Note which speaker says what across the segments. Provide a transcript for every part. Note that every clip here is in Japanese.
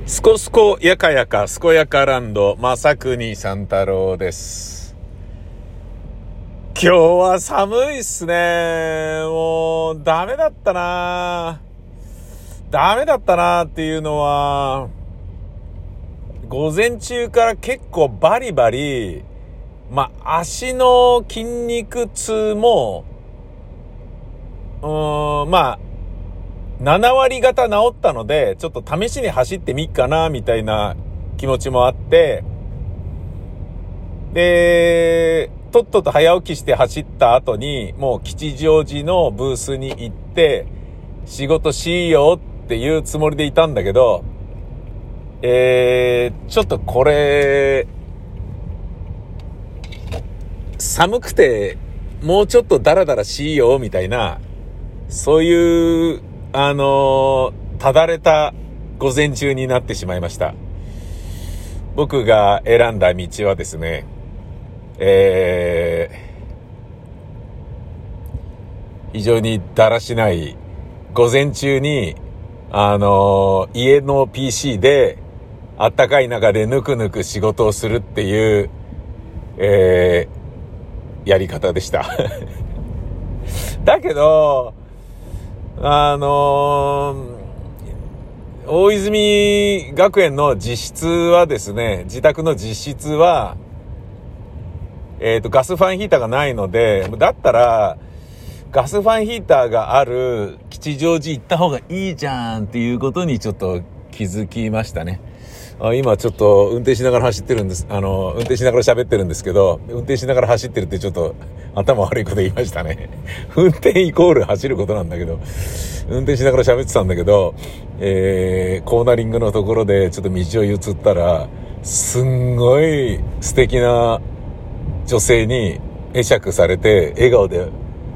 Speaker 1: すこすこやかやかすこやかランド正国三太郎です。今日は寒いっすね。もうダメだったなっていうのは、午前中から結構バリバリ足の筋肉痛も7割方治ったので、ちょっと試しに走ってみっかなみたいな気持ちもあって、でとっとと早起きして走った後にもう吉祥寺のブースに行って仕事しようっていうつもりでいたんだけど、ちょっとこれ寒くてもうちょっとダラダラしようみたいな、そういうただれた午前中になってしまいました。僕が選んだ道はですね、非常にだらしない午前中に家の PC であったかい中でぬくぬく仕事をするっていう、やり方でしただけど大泉学園の自室はですね、自宅の自室はガスファンヒーターがないので、だったらガスファンヒーターがある吉祥寺行った方がいいじゃんっていうことにちょっと気づきましたね。今ちょっと運転しながら走ってるんです。運転しながら喋ってるんですけど、運転しながら走ってるってちょっと頭悪いこと言いましたね。運転イコール走ることなんだけど、運転しながら喋ってたんだけど、コーナリングのところでちょっと道を移ったら、すんごい素敵な女性に会釈されて、笑顔で、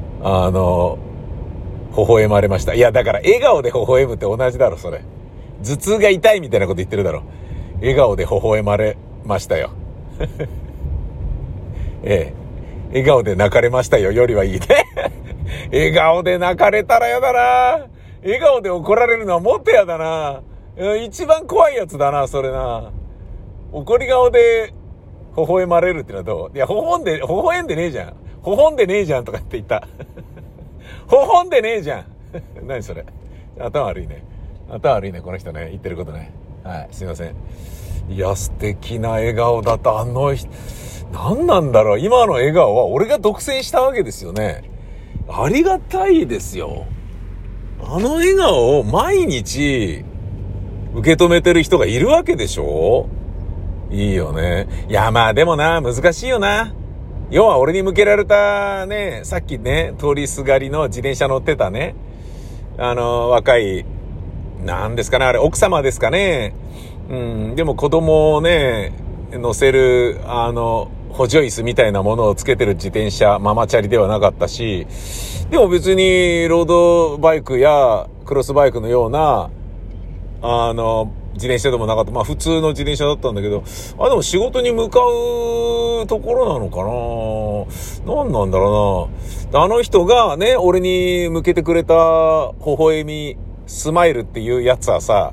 Speaker 1: 微笑まれました。いや、だから笑顔で微笑むって同じだろ、それ。頭痛が痛いみたいなこと言ってるだろ。笑顔で微笑まれましたよ。笑顔で泣かれましたよよりはいいね。笑顔で泣かれたらやだな。笑顔で怒られるのはもっとやだな。一番怖いやつだな、それな。怒り顔で微笑まれるってのはどう？いや、微笑んでねえじゃん。微笑んでねえじゃんとかって言った。微笑んでねえじゃん。何それ。頭悪いね、この人ね、言ってることね。はい、すいません。いや、素敵な笑顔だった。何なんだろう。今の笑顔は俺が独占したわけですよね。ありがたいですよ。あの笑顔を毎日受け止めてる人がいるわけでしょ。いいよね。いや、でもな、難しいよな。要は俺に向けられたね、さっきね、通りすがりの自転車乗ってたね、若い、なんですかね、あれ奥様ですかね。でも子供をね乗せる補助椅子みたいなものをつけてる自転車、ママチャリではなかったし、でも別にロードバイクやクロスバイクのような自転車でもなかった。普通の自転車だったんだけど、でも仕事に向かうところなのかな。何なんだろうな。あの人がね、俺に向けてくれた微笑みスマイルっていうやつはさ、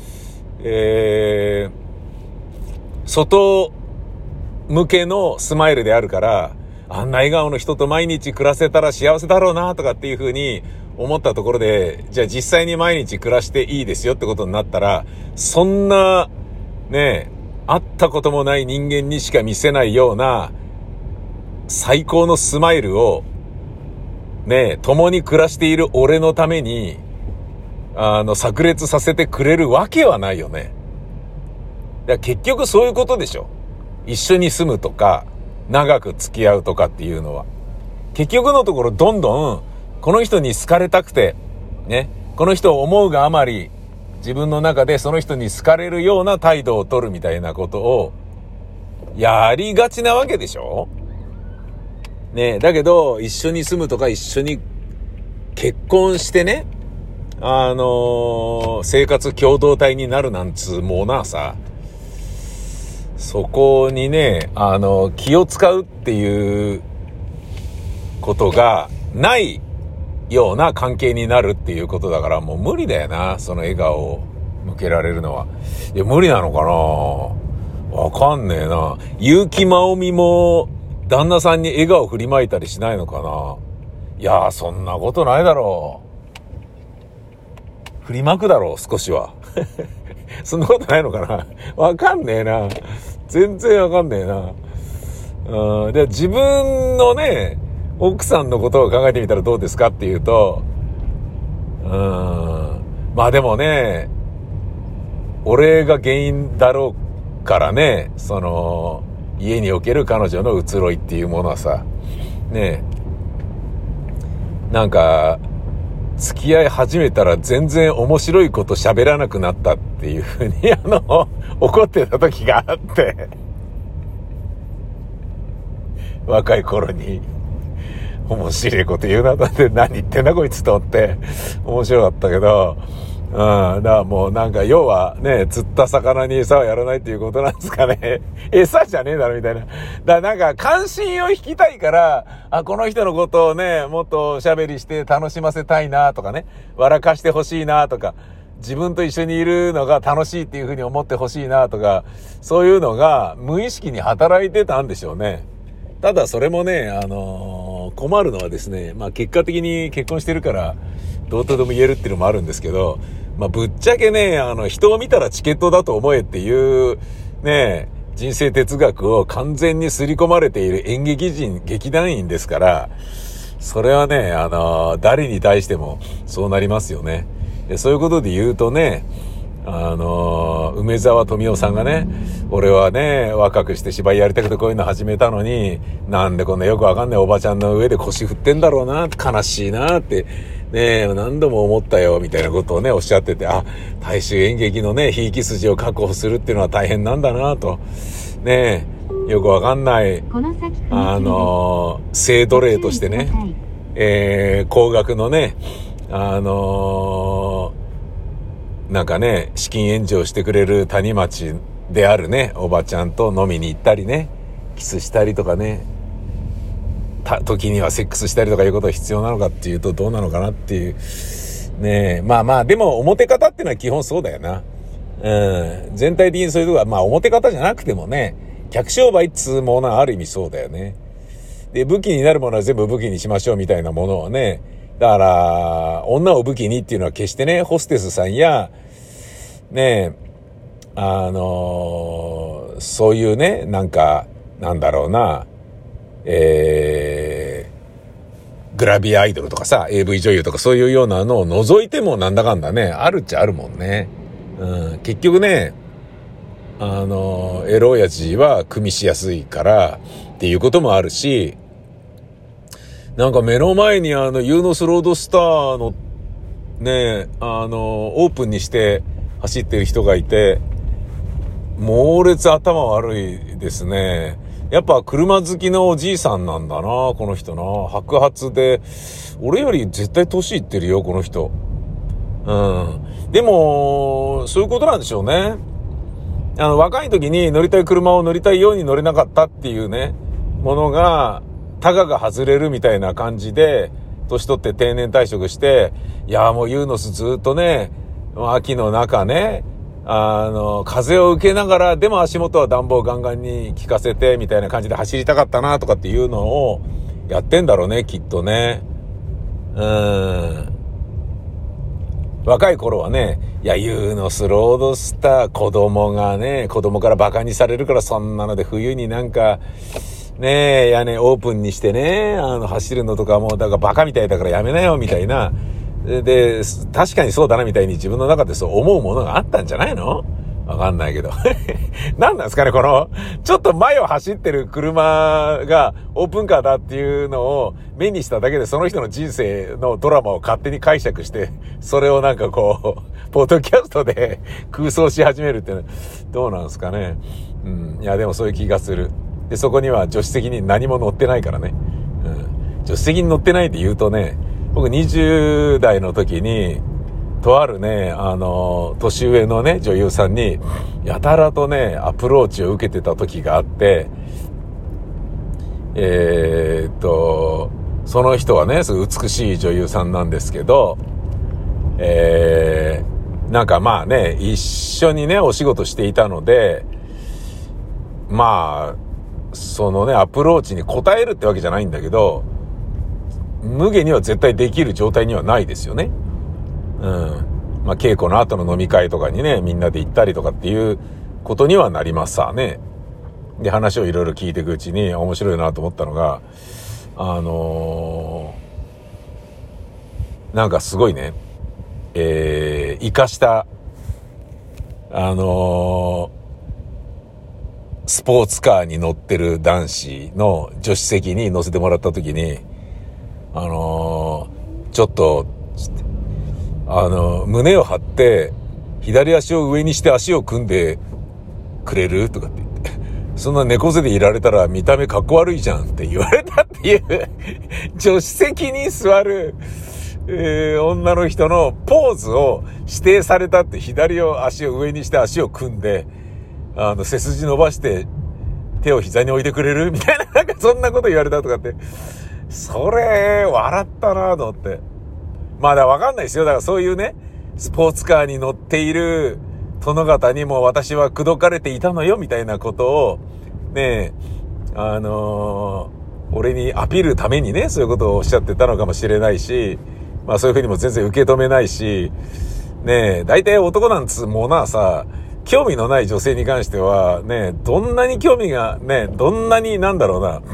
Speaker 1: 外向けのスマイルであるから、あんな笑顔の人と毎日暮らせたら幸せだろうなとかっていう風に思ったところで、じゃあ実際に毎日暮らしていいですよってことになったら、そんなね、会ったこともない人間にしか見せないような最高のスマイルをね、共に暮らしている俺のために炸裂させてくれるわけはないよね。だから結局そういうことでしょ。一緒に住むとか長く付き合うとかっていうのは結局のところ、どんどんこの人に好かれたくてね、この人を思うがあまり自分の中でその人に好かれるような態度を取るみたいなことをやりがちなわけでしょね。だけど一緒に住むとか一緒に結婚してね、生活共同体になるなんつうもなさ、そこにね、気を使うっていうことがないような関係になるっていうことだから、もう無理だよな、その笑顔を向けられるのは。いや、無理なのかな？わかんねえな。結城まおみも、旦那さんに笑顔振りまいたりしないのかな？いやー、そんなことないだろう。振りまくだろう、少しは。そんなことないのかな？わかんねえな。全然わかんねえな。で、自分のね、奥さんのことを考えてみたらどうですかっていうと、まあでもね、俺が原因だろうからね、家における彼女の移ろいっていうものはさ、ね、なんか、付き合い始めたら全然面白いこと喋らなくなったっていうふうに、怒ってた時があって、若い頃に、面白いこと言うなとって何言ってんだこいつと思って、面白かったけど、だからもうなんか要はね、釣った魚に餌はやらないっていうことなんですかね。餌じゃねえだろみたいな。だからなんか関心を引きたいから、この人のことをね、もっとおしゃべりして楽しませたいなとかね、笑かしてほしいなとか、自分と一緒にいるのが楽しいっていうふうに思ってほしいなとか、そういうのが無意識に働いてたんでしょうね。ただそれもね、困るのはですね、まあ結果的に結婚してるから、どうとでも言えるっていうのもあるんですけど、まあぶっちゃけね、人を見たらチケットだと思えっていう、ね、人生哲学を完全に刷り込まれている演劇人、劇団員ですから、それはね、誰に対してもそうなりますよね。でそういうことで言うとね、梅沢富美男さんがね、俺はね、若くして芝居やりたくてこういうの始めたのに、なんでこんなよくわかんないおばちゃんの上で腰振ってんだろうな、悲しいなって、ね、何度も思ったよ、みたいなことをね、おっしゃってて、大衆演劇のね、ひいき筋を確保するっていうのは大変なんだなと、ね、よくわかんない、性奴隷としてね、高額のね、なんかね、資金援助をしてくれる谷町であるね、おばちゃんと飲みに行ったりね、キスしたりとかね、時にはセックスしたりとかいうことが必要なのかっていうとどうなのかなっていう。ねえ、まあまあ、でも表方っていうのは基本そうだよな。全体的にそういうとこは、まあ表方じゃなくてもね、客商売っつうものはある意味そうだよね。で、武器になるものは全部武器にしましょうみたいなものはね、だから、女を武器にっていうのは決してね、ホステスさんや、ねそういうね、なんか、なんだろうな、グラビアアイドルとかさ、AV 女優とかそういうようなのを除いてもなんだかんだね、あるっちゃあるもんね。結局ね、エロ親父は組みしやすいからっていうこともあるし、なんか目の前にユーノスロードスターのね、オープンにして走ってる人がいて、猛烈頭悪いですね。やっぱ車好きのおじいさんなんだな、この人な。白髪で、俺より絶対年いってるよ、この人。でも、そういうことなんでしょうね。若い時に乗りたい車を乗りたいように乗れなかったっていうね、ものが、タガが外れるみたいな感じで、年取って定年退職して、いやもうユーノスずっとね、秋の中ね、風を受けながら、でも足元は暖房ガンガンに効かせて、みたいな感じで走りたかったな、とかっていうのをやってんだろうね、きっとね。若い頃はね、いや、ユーノスロードスター、子供からバカにされるから、そんなので冬になんか、ねえ、屋根オープンにしてね、走るのとかもう、だからバカみたいだからやめなよ、みたいな。で、確かにそうだな、みたいに自分の中でそう思うものがあったんじゃないの？わかんないけど。何なんですかね、ちょっと前を走ってる車がオープンカーだっていうのを目にしただけで、その人の人生のドラマを勝手に解釈して、それをなんかポッドキャストで空想し始めるっていうのは、どうなんですかね。いや、でもそういう気がする。で、そこには助手席に何も乗ってないからね。助手席に乗ってないって言うとね、僕20代の時に、とあるね、年上のね、女優さんに、やたらとね、アプローチを受けてた時があって、その人はね、すごい美しい女優さんなんですけど、 なんかまあね、一緒にね、お仕事していたので、まあ、そのね、アプローチに応えるってわけじゃないんだけど、無下には絶対できる状態にはないですよね。うん。まあ、稽古の後の飲み会とかにね、みんなで行ったりとかっていうことにはなりますさね。で、話をいろいろ聞いていくうちに面白いなと思ったのが、なんかすごいね、生かした、スポーツカーに乗ってる男子の助手席に乗せてもらった時に、ちょっと、胸を張って、左足を上にして足を組んでくれるとかって言って、そんな猫背でいられたら見た目かっこ悪いじゃんって言われたっていう、助手席に座る、女の人のポーズを指定されたって、左足を上にして足を組んで、背筋伸ばして手を膝に置いてくれるみたいな、なんかそんなこと言われたとかって、それ、笑ったなと思って。まだわかんないですよ。だからそういうね、スポーツカーに乗っている殿方にも私は口説かれていたのよみたいなことを、ね、俺にアピールためにね、そういうことをおっしゃってたのかもしれないし、まあそういうふうにも全然受け止めないし、ね、大体男なんつうものはさ、興味のない女性に関しては、ね、どんなに興味が、ね、どんなになんだろうな、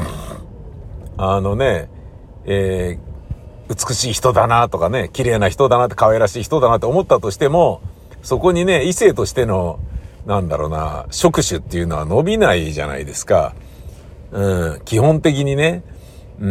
Speaker 1: 美しい人だなとかね、綺麗な人だなって可愛らしい人だなって思ったとしても、そこにね、異性としての、なんだろうな、触手っていうのは伸びないじゃないですか。うん、基本的にね。うん。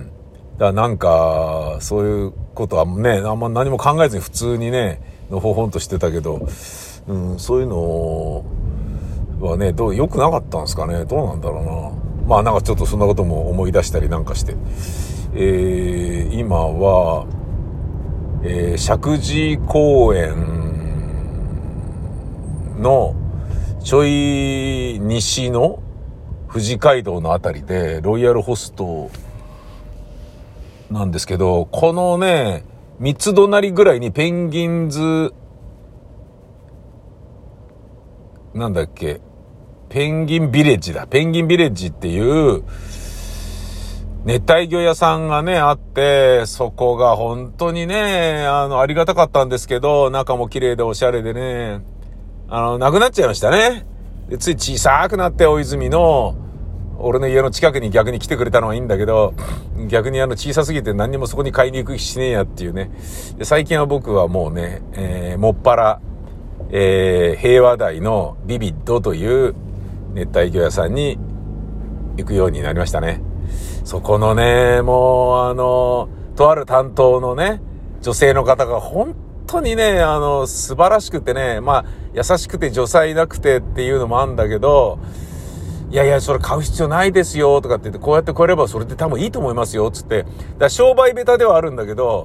Speaker 1: だからなんか、そういうことはね、あんま何も考えずに普通にね、のほほんとしてたけど、うん、そういうのはね、良くなかったんですかね。どうなんだろうな。まあなんかちょっとそんなことも思い出したりなんかして。今は、石神井公園のちょい西の富士街道のあたりでロイヤルホストなんですけど、このね、三つ隣ぐらいにペンギンズ、なんだっけ、ペンギンビレッジだ。ペンギンビレッジっていう熱帯魚屋さんがね、あって、そこが本当にね、ありがたかったんですけど、中も綺麗でおしゃれでね、なくなっちゃいましたね。で、つい小さくなって大泉の、俺の家の近くに逆に来てくれたのはいいんだけど、逆に小さすぎて何にもそこに買いに行く気しねえやっていうね。で、最近は僕はもうね、もっぱら、平和台のビビッドという熱帯魚屋さんに行くようになりましたね。そこのね、もうとある担当のね、女性の方が本当にね、素晴らしくてね、まあ、優しくて女才なくてっていうのもあるんだけど、いやいや、それ買う必要ないですよ、とかって言って、こうやってこれればそれで多分いいと思いますよ、つって。だから商売下手ではあるんだけど、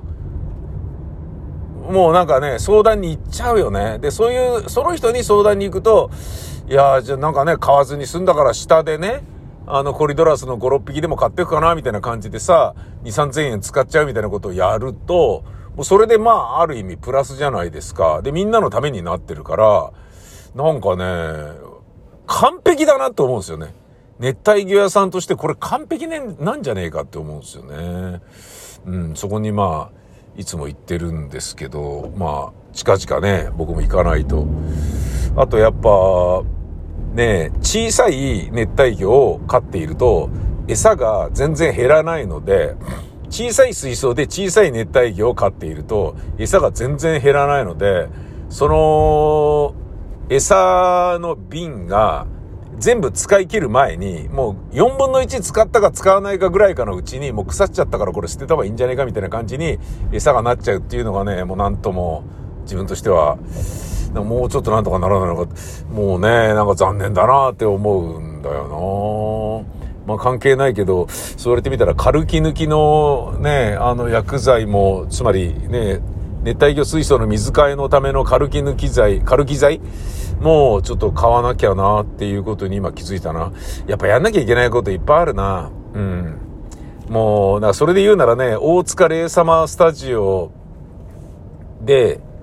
Speaker 1: もうなんかね、相談に行っちゃうよね。で、その人に相談に行くと、いや、じゃあなんかね、買わずに済んだから下でね、コリドラスの5、6匹でも買っていくかなみたいな感じでさ、2、3000円使っちゃうみたいなことをやると、もうそれでまあ、ある意味プラスじゃないですか。で、みんなのためになってるから、なんかね、完璧だなって思うんですよね。熱帯魚屋さんとしてこれ完璧なんじゃねえかって思うんですよね。うん、そこにまあ、いつも行ってるんですけど、まあ、近々ね、僕も行かないと。あとやっぱ、ね、小さい熱帯魚を飼っていると餌が全然減らないので、小さい水槽で小さい熱帯魚を飼っていると餌が全然減らないので、その餌の瓶が全部使い切る前にもう4分の1使ったか使わないかぐらいかのうちにもう腐っちゃったからこれ捨てた方がいいんじゃねえかみたいな感じに餌がなっちゃうっていうのがね、もうなんとも自分としてはもうちょっとなんとかならないのか、もうね、なんか残念だなって思うんだよな。まあ関係ないけど、そう言われてみたらカルキ抜きのね、薬剤も、つまりね、熱帯魚水槽の水替えのためのカルキ剤もうちょっと買わなきゃなっていうことに今気づいたな。やっぱやんなきゃいけないこといっぱいあるな。うん。もう、だからそれで言うならね、大塚レイサマースタジオで、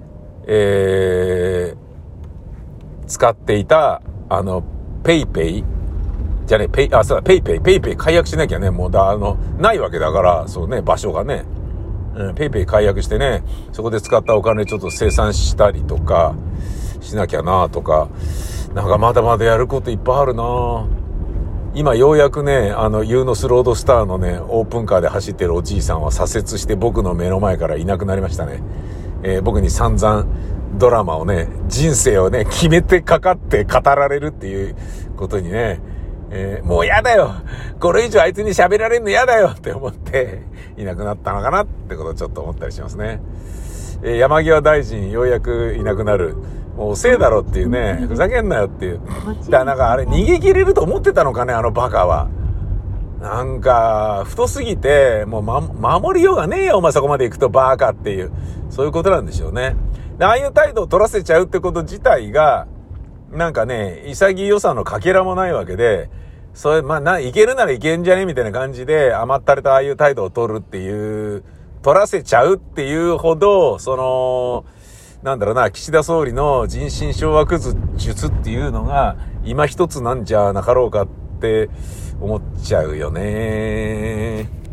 Speaker 1: 使っていた、ペイペイじゃね、ペイペイ解約しなきゃね、もうないわけだから、そうね、場所がね。ペイペイ解約してね、そこで使ったお金ちょっと生産したりとかしなきゃなとか、なんかまだまだやることいっぱいあるな。今ようやくね、ユーノスロードスターのね、オープンカーで走ってるおじいさんは左折して僕の目の前からいなくなりましたね。僕に散々ドラマをね、人生をね、決めてかかって語られるっていうことにね、もうやだよ、これ以上あいつに喋られるのやだよって思っていなくなったのかなってことをちょっと思ったりしますね。山際大臣ようやくいなくなる。もう遅えだろっていうね、ふざけんなよっていう。だからなんかあれ逃げ切れると思ってたのかね、あのバカは。なんか太すぎてもう、守りようがねえよお前そこまで行くとバカっていう、そういうことなんでしょうね。でああいう態度を取らせちゃうってこと自体がなんかね、潔さのかけらもないわけで、それいけるならいけんじゃねみたいな感じで甘ったれたああいう態度を取るっていう、取らせちゃうっていうほどなんだろうな、岸田総理の人心掌握術っていうのが今一つなんじゃなかろうかって思っちゃうよね。